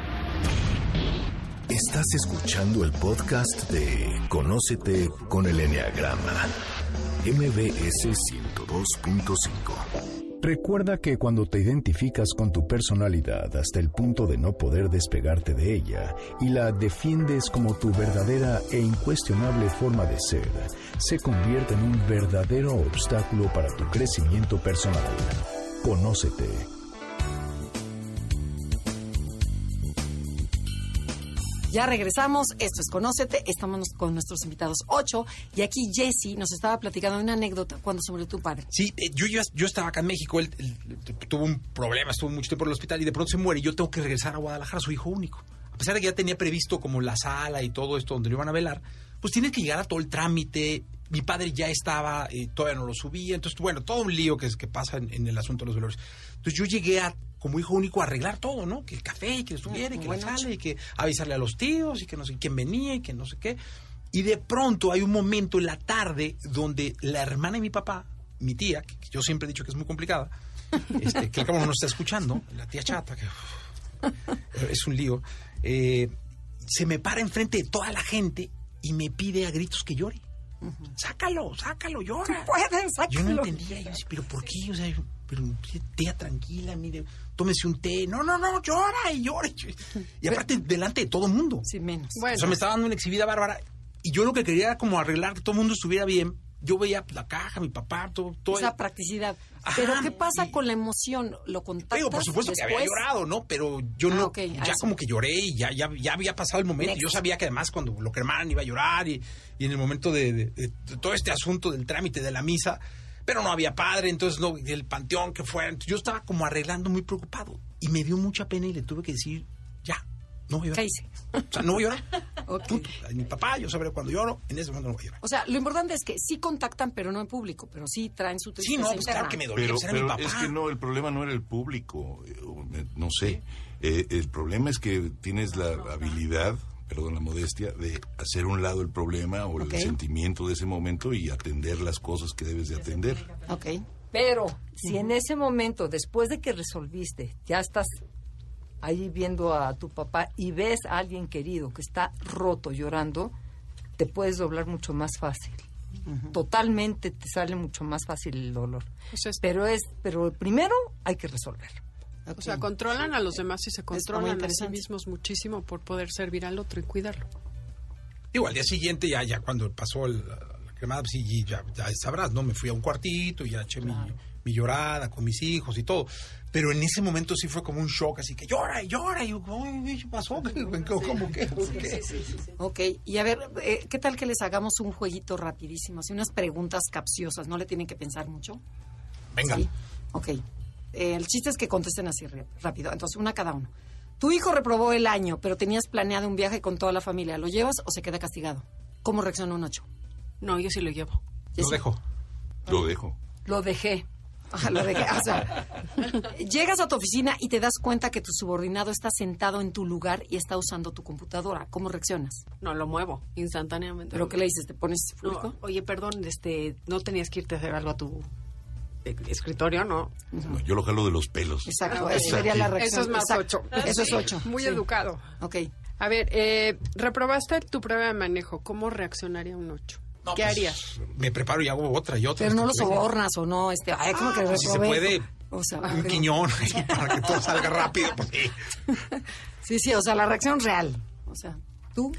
Estás escuchando el podcast de Conócete con el Eneagrama. MBS 102.5. Recuerda que cuando te identificas con tu personalidad hasta el punto de no poder despegarte de ella y la defiendes como tu verdadera e incuestionable forma de ser, se convierte en un verdadero obstáculo para tu crecimiento personal. Conócete. Ya regresamos, esto es Conócete, estamos con nuestros invitados 8 y aquí Jesse nos estaba platicando de una anécdota cuando se murió tu padre. Sí, yo estaba acá en México, él tuvo un problema, estuvo mucho tiempo en el hospital y de pronto se muere y yo tengo que regresar a Guadalajara, su hijo único. A pesar de que ya tenía previsto como la sala y todo esto donde lo iban a velar, pues tiene que llegar a todo el trámite. Mi padre ya estaba, todavía no lo subía, entonces bueno, todo un lío que pasa en el asunto de los velorios. Entonces yo llegué como hijo único a arreglar todo, ¿no? Que el café, y que estuviera, y que la sala, y que avisarle a los tíos, y que no sé quién venía, y que no sé qué. Y de pronto hay un momento en la tarde donde la hermana de mi papá, mi tía, que yo siempre he dicho que es muy complicada, que al cabo no nos está escuchando, la tía chata, que es un lío, se me para enfrente de toda la gente y me pide a gritos que llore. Sácalo, llora. Pueden, sácalo. Yo no entendía, yo decía, ¿pero por qué? O sea, pero tía, tranquila, mire, tómese un té. No, llora y llora. Y aparte, delante de todo el mundo. Sí, menos. Bueno. O sea, me estaba dando una exhibida bárbara. Y yo lo que quería era como arreglar que todo el mundo estuviera bien. Yo veía la caja, mi papá, todo. Esa practicidad. Ajá, pero ¿qué pasa con la emoción? ¿Lo contactas Digo, por supuesto después? que había llorado, ¿no? Pero yo no, okay, ya como que lloré y ya había pasado el momento. Next. Yo sabía que además cuando lo cremaran iba a llorar y en el momento de todo este asunto del trámite de la misa, pero no había padre, entonces no, el panteón que fuera. Entonces yo estaba como arreglando muy preocupado y me dio mucha pena y le tuve que decir, ya, no voy a llorar. ¿Qué hice? O sea, no voy a llorar. Ok. Punto. Mi papá, yo sabré cuando lloro, en ese momento no voy a llorar. O sea, lo importante es que sí contactan, pero no en público, pero sí traen su Sí, tristeza no, pues interna. claro que me dolió, Pero, pues era mi papá. es que no, el problema no era el público, no sé. El problema es que tienes la habilidad, perdón la modestia, de hacer un lado el problema o Ok. el sentimiento de ese momento y atender las cosas que debes de atender. Ok. Pero si en ese momento, después de que resolviste, ya estás ahí viendo a tu papá y ves a alguien querido que está roto llorando, te puedes doblar mucho más fácil. Totalmente te sale mucho más fácil el dolor. Pues es- Pero primero hay que resolver. O sea, controlan a los demás y se muy controlan a sí interesante. mismos muchísimo por poder servir al otro y cuidarlo. Digo, al día siguiente, ya cuando pasó la cremada, pues sí, ya sabrás, ¿no? Me fui a un cuartito y ya eché mi llorada con mis hijos y todo. Pero en ese momento sí fue como un shock, así que llora. Y yo, ¿qué pasó? ¿Cómo que? Ok, y a ver, ¿qué tal que les hagamos un jueguito rapidísimo? Así unas preguntas capciosas, ¿no le tienen que pensar mucho? Venga. Sí. Ok, el chiste es que contesten así rápido, entonces una cada uno. Tu hijo reprobó el año, pero tenías planeado un viaje con toda la familia. ¿Lo llevas o se queda castigado? ¿Cómo reacciona un 8? No, yo sí lo llevo. Lo dejo. Lo dejo. Lo dejé. Lo dejé. O sea, llegas a tu oficina y te das cuenta que tu subordinado está sentado en tu lugar y está usando tu computadora. ¿Cómo reaccionas? No, lo muevo instantáneamente. ¿Pero qué le dices? ¿Te pones No, fúrico? oye, perdón, no tenías que irte a hacer algo a tu escritorio, ¿no? No, yo lo jalo de los pelos. Exacto, esa sería la reacción. Eso es más Exacto. 8. Eso es 8. Muy educado. Ok. A ver, reprobaste tu prueba de manejo. ¿Cómo reaccionaría un 8? No, ¿Qué pues, harías? Me preparo y hago otra y otra. Pero no lo hasta que- sobornas o no, ay, como que si se reprobé. puede, O sea, un pero- quiñón ahí para que todo salga rápido. Pues, sí. Sí, o sea, la reacción real. O sea, tú,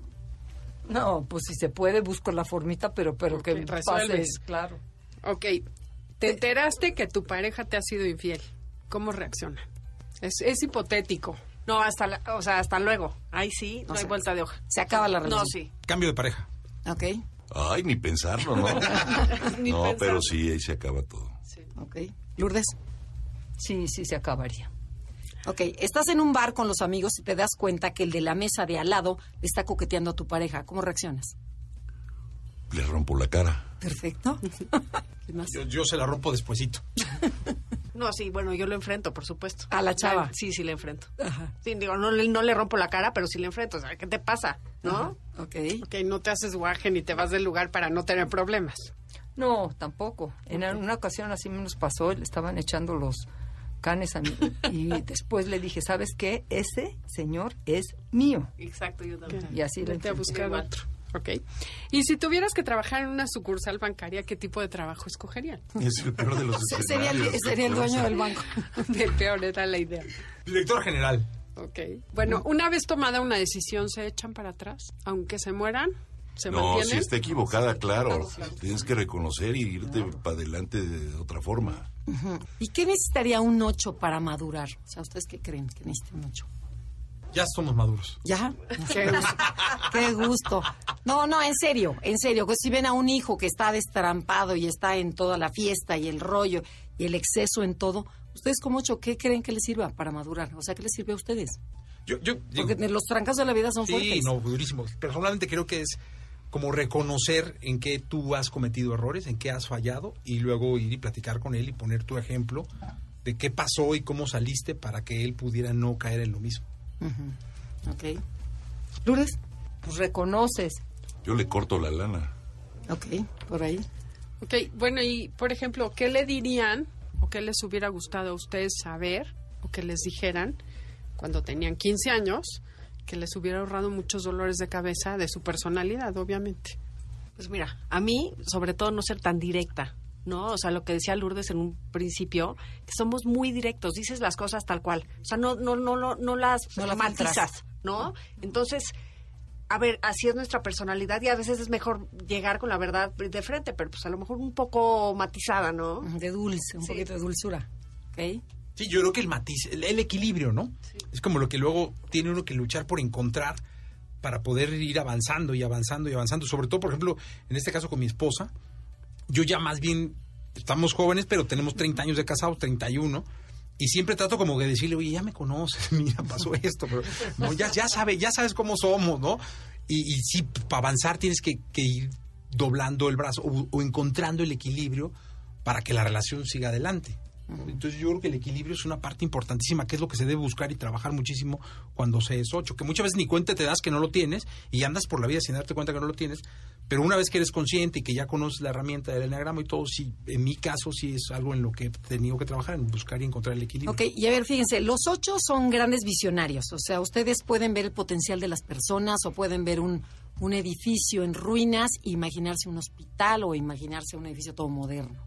No, pues si se puede, busco la formita, pero Ok, que pase, resuelves. claro. Ok, te enteraste que tu pareja te ha sido infiel. ¿Cómo reacciona? Es hipotético. No, hasta luego. Ahí sí, no O hay sea, vuelta de hoja. se acaba la No, relación. sí. Cambio de pareja. Ok, Ay, ni pensarlo, ¿no? Ni No, pensar. pero sí, ahí se acaba todo. ok. Lourdes. Sí, se acabaría. Ok, estás en un bar con los amigos y te das cuenta que el de la mesa de al lado le está coqueteando a tu pareja. ¿Cómo reaccionas? Le rompo la cara. Perfecto. ¿Qué más? Yo se la rompo despuesito. No, sí, bueno, yo lo enfrento, por supuesto. A la chava. Sí, sí le enfrento. Ajá. Sí, digo, no le rompo la cara, pero sí le enfrento. O sea, ¿qué te pasa? ¿No? Ok. Ok, no te haces guaje ni te vas del lugar para no tener problemas. No, tampoco. En una ocasión así me nos pasó, le estaban echando los canes a mí. Y después le dije, ¿sabes qué? Ese señor es mío. Exacto, yo también. Y así le Vete a entendí. buscar otro. Ok. Y si tuvieras que trabajar en una sucursal bancaria, ¿qué tipo de trabajo escogerían? Es el peor de los Sería el dueño del banco. Del peor era la idea. Director general. Ok. Bueno, una vez tomada una decisión, ¿se echan para atrás? Aunque se mueran, ¿se No, mantienen? si está equivocada, claro. Tienes que reconocer y irte para adelante de otra forma. ¿Y qué necesitaría un 8 para madurar? O sea, ¿ustedes qué creen que necesita un 8? Ya somos maduros. ¿Ya? Qué gusto. Qué gusto. No, en serio. Pues si ven a un hijo que está destrampado y está en toda la fiesta y el rollo y el exceso en todo, ¿ustedes como 8 qué creen que les sirva para madurar? O sea, ¿qué les sirve a ustedes? Yo digo, Porque los trancazos de la vida son sí, fuertes. no, durísimo. Personalmente creo que es como reconocer en qué tú has cometido errores, en qué has fallado, y luego ir y platicar con él y poner tu ejemplo de qué pasó y cómo saliste para que él pudiera no caer en lo mismo. Ok. ¿Lourdes? Pues reconoces. Yo le corto la lana. Ok, por ahí. Ok, bueno, y por ejemplo, ¿qué le dirían o qué les hubiera gustado a ustedes saber o que les dijeran cuando tenían 15 años que les hubiera ahorrado muchos dolores de cabeza de su personalidad, obviamente? Pues mira, a mí, sobre todo, no ser tan directa, ¿no? O sea, lo que decía Lourdes en un principio, que somos muy directos, dices las cosas tal cual. O sea, no las No la matizas, filtras. ¿no? Entonces, a ver, así es nuestra personalidad y a veces es mejor llegar con la verdad de frente, pero pues a lo mejor un poco matizada, ¿no? De dulce, un Sí. poquito de dulzura. Ok. Sí, yo creo que el matiz, el equilibrio, ¿no? Es como lo que luego tiene uno que luchar por encontrar para poder ir avanzando y avanzando y avanzando. Sobre todo, por ejemplo, en este caso con mi esposa, yo ya más bien, estamos jóvenes, pero tenemos 30 años de casados, 31, y siempre trato como de decirle, oye, ya me conoces, mira, pasó esto, pero no, ya sabes cómo somos, ¿no? Y sí, para avanzar tienes que ir doblando el brazo o encontrando el equilibrio para que la relación siga adelante. Entonces yo creo que el equilibrio es una parte importantísima, que es lo que se debe buscar y trabajar muchísimo cuando se es 8, que muchas veces ni cuenta te das que no lo tienes y andas por la vida sin darte cuenta que no lo tienes, pero una vez que eres consciente y que ya conoces la herramienta del enneagrama y todo, sí, en mi caso sí es algo en lo que he tenido que trabajar, en buscar y encontrar el equilibrio. Ok, y a ver, fíjense, los 8 son grandes visionarios, o sea, ustedes pueden ver el potencial de las personas o pueden ver un edificio en ruinas, imaginarse un hospital o imaginarse un edificio todo moderno.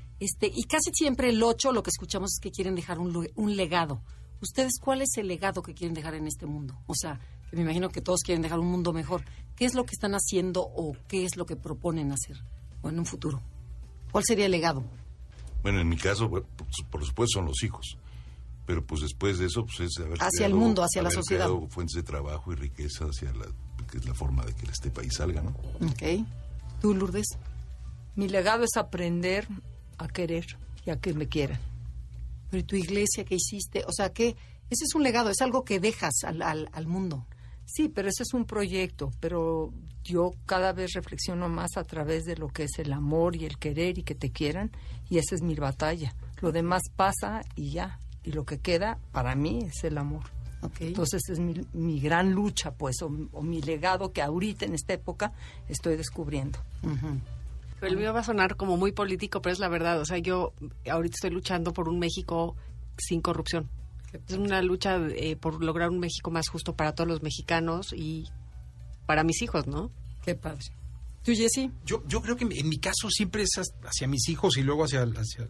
Y casi siempre el 8 lo que escuchamos es que quieren dejar un legado. ¿Ustedes cuál es el legado que quieren dejar en este mundo? O sea, que me imagino que todos quieren dejar un mundo mejor. ¿Qué es lo que están haciendo o qué es lo que proponen hacer o en un futuro? ¿Cuál sería el legado? Bueno, en mi caso, pues, por supuesto, son los hijos. Pero pues después de eso, pues es haber Hacia el mundo, hacia la sociedad. creado fuentes de trabajo y riqueza que es la forma de que este país salga, ¿no? Ok. ¿Tú, Lourdes? Mi legado es aprender a querer y a que me quieran. Pero ¿y tu iglesia qué hiciste? O sea, ese es un legado, es algo que dejas al mundo. Sí, pero ese es un proyecto, pero yo cada vez reflexiono más a través de lo que es el amor y el querer y que te quieran, y esa es mi batalla. Lo demás pasa y ya, y lo que queda para mí es el amor. Okay. Entonces es mi gran lucha, pues, o mi legado que ahorita en esta época estoy descubriendo. Uh-huh. El mío va a sonar como muy político, pero es la verdad. O sea, yo ahorita estoy luchando por un México sin corrupción. Es una lucha por lograr un México más justo para todos los mexicanos y para mis hijos, ¿no? Qué padre. ¿Tú, Jessy? Yo creo que en mi caso siempre es hacia mis hijos y luego hacia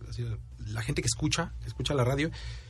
la gente que escucha la radio,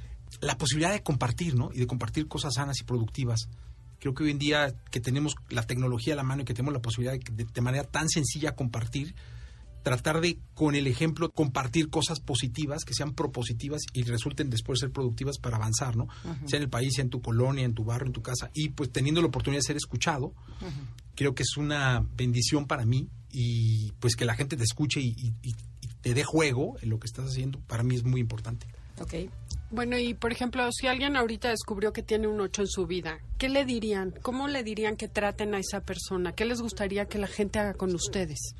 la posibilidad de compartir, ¿no? Y de compartir cosas sanas y productivas. Creo que hoy en día que tenemos la tecnología a la mano y que tenemos la posibilidad de manera tan sencilla compartir, tratar de, con el ejemplo, compartir cosas positivas, que sean propositivas y resulten después ser productivas para avanzar, ¿no? Uh-huh. Sea en el país, sea en tu colonia, en tu barrio, en tu casa. Y pues teniendo la oportunidad de ser escuchado, uh-huh, creo que es una bendición para mí y pues que la gente te escuche y te dé juego en lo que estás haciendo, para mí es muy importante. Ok. Bueno, y por ejemplo, si alguien ahorita descubrió que tiene un 8 en su vida, ¿qué le dirían? ¿Cómo le dirían que traten a esa persona? ¿Qué les gustaría que la gente haga con ustedes?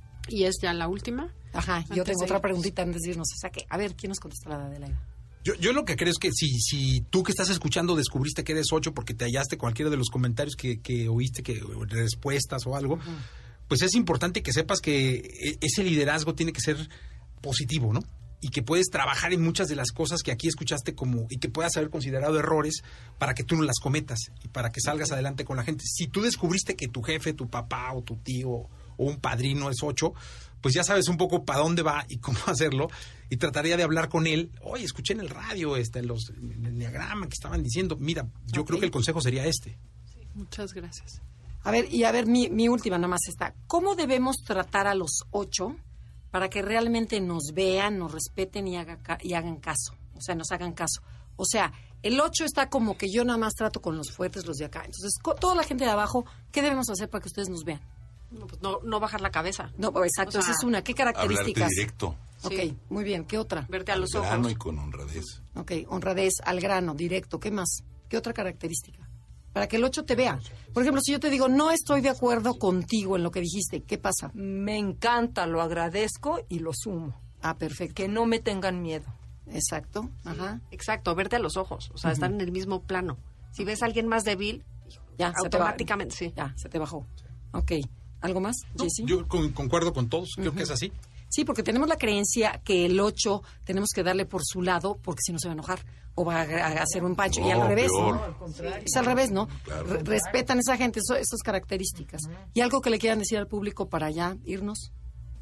Y es ya la última. Ajá, yo tengo otra preguntita antes de irnos. O sea que, a ver, ¿quién nos contesta la de Adelaida? Yo lo que creo es que si tú que estás escuchando descubriste que eres 8 porque te hallaste cualquiera de los comentarios que oíste, respuestas o algo, uh-huh, pues es importante que sepas que ese liderazgo tiene que ser positivo, ¿no? Y que puedes trabajar en muchas de las cosas que aquí escuchaste y que puedas haber considerado errores para que tú no las cometas y para que salgas adelante con la gente. Si tú descubriste que tu jefe, tu papá o tu tío o un padrino es 8, pues ya sabes un poco para dónde va y cómo hacerlo, y trataría de hablar con él. Oye, escuché en el radio en el enneagrama que estaban diciendo. Mira, yo creo que el consejo sería este. Sí, muchas gracias. A ver, mi última nada más está. ¿Cómo debemos tratar a los 8 para que realmente nos vean, nos respeten y hagan caso? O sea, nos hagan caso. O sea, el 8 está como que yo nada más trato con los fuertes, los de acá. Entonces, toda la gente de abajo, ¿qué debemos hacer para que ustedes nos vean? No, pues no bajar la cabeza. No, exacto, o sea, esa es una. ¿Qué características? Hablarte directo. Ok, sí, muy bien. ¿Qué otra? Verte a los ojos. Al grano y ojos. con honradez. Ok, honradez, al grano, directo. ¿Qué más? ¿Qué otra característica? Para que el 8 te vea. Por ejemplo, si yo te digo, no estoy de acuerdo contigo en lo que dijiste, ¿qué pasa? Me encanta, lo agradezco y lo sumo. Ah, perfecto. Que no me tengan miedo. Exacto. Sí, ajá. Exacto, verte a los ojos. O sea, estar en el mismo plano. Si ves a alguien más débil, ya, automáticamente, sí. Ya, se te bajó. Ok. ¿Algo más, Jessy? Yo concuerdo con todos, creo que es así. Sí, porque tenemos la creencia que el 8 tenemos que darle por su lado porque si no se va a enojar o va a hacer un pancho. Y al revés, peor. ¿no? Es al revés, ¿no? Claro. Respetan a esa gente, esas características. ¿Y algo que le quieran decir al público para ya irnos?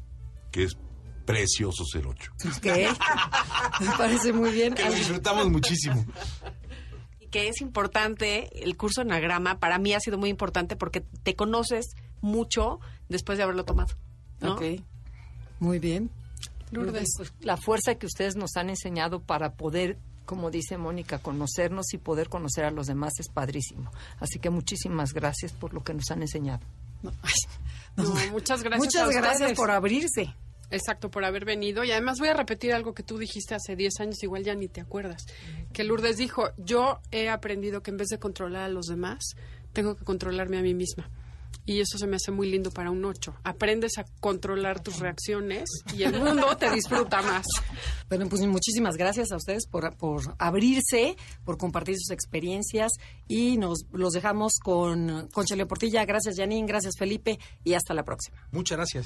Que es precioso ser 8. Ok. Me parece muy bien. Que lo disfrutamos muchísimo. Que es importante, el curso de Enneagrama para mí ha sido muy importante porque te conoces mucho después de haberlo tomado, ¿no? Ok, muy bien. Lourdes, pues, la fuerza que ustedes nos han enseñado para poder, como dice Mónica, conocernos y poder conocer a los demás es padrísimo. Así que muchísimas gracias por lo que nos han enseñado. Muchas gracias. Muchas gracias por abrirse. Exacto, por haber venido. Y además voy a repetir algo que tú dijiste hace 10 años, igual ya ni te acuerdas. Que Lourdes dijo, yo he aprendido que en vez de controlar a los demás, tengo que controlarme a mí misma. Y eso se me hace muy lindo para un 8. Aprendes a controlar tus reacciones y el mundo te disfruta más. Bueno, pues muchísimas gracias a ustedes por abrirse, por compartir sus experiencias y los dejamos con Concha Portilla. Gracias, Janine, gracias, Felipe, y hasta la próxima. Muchas gracias.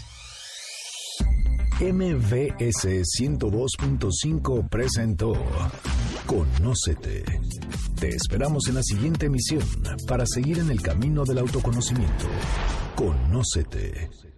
MBS 102.5 presentó Conócete. Te esperamos en la siguiente emisión para seguir en el camino del autoconocimiento. Conócete.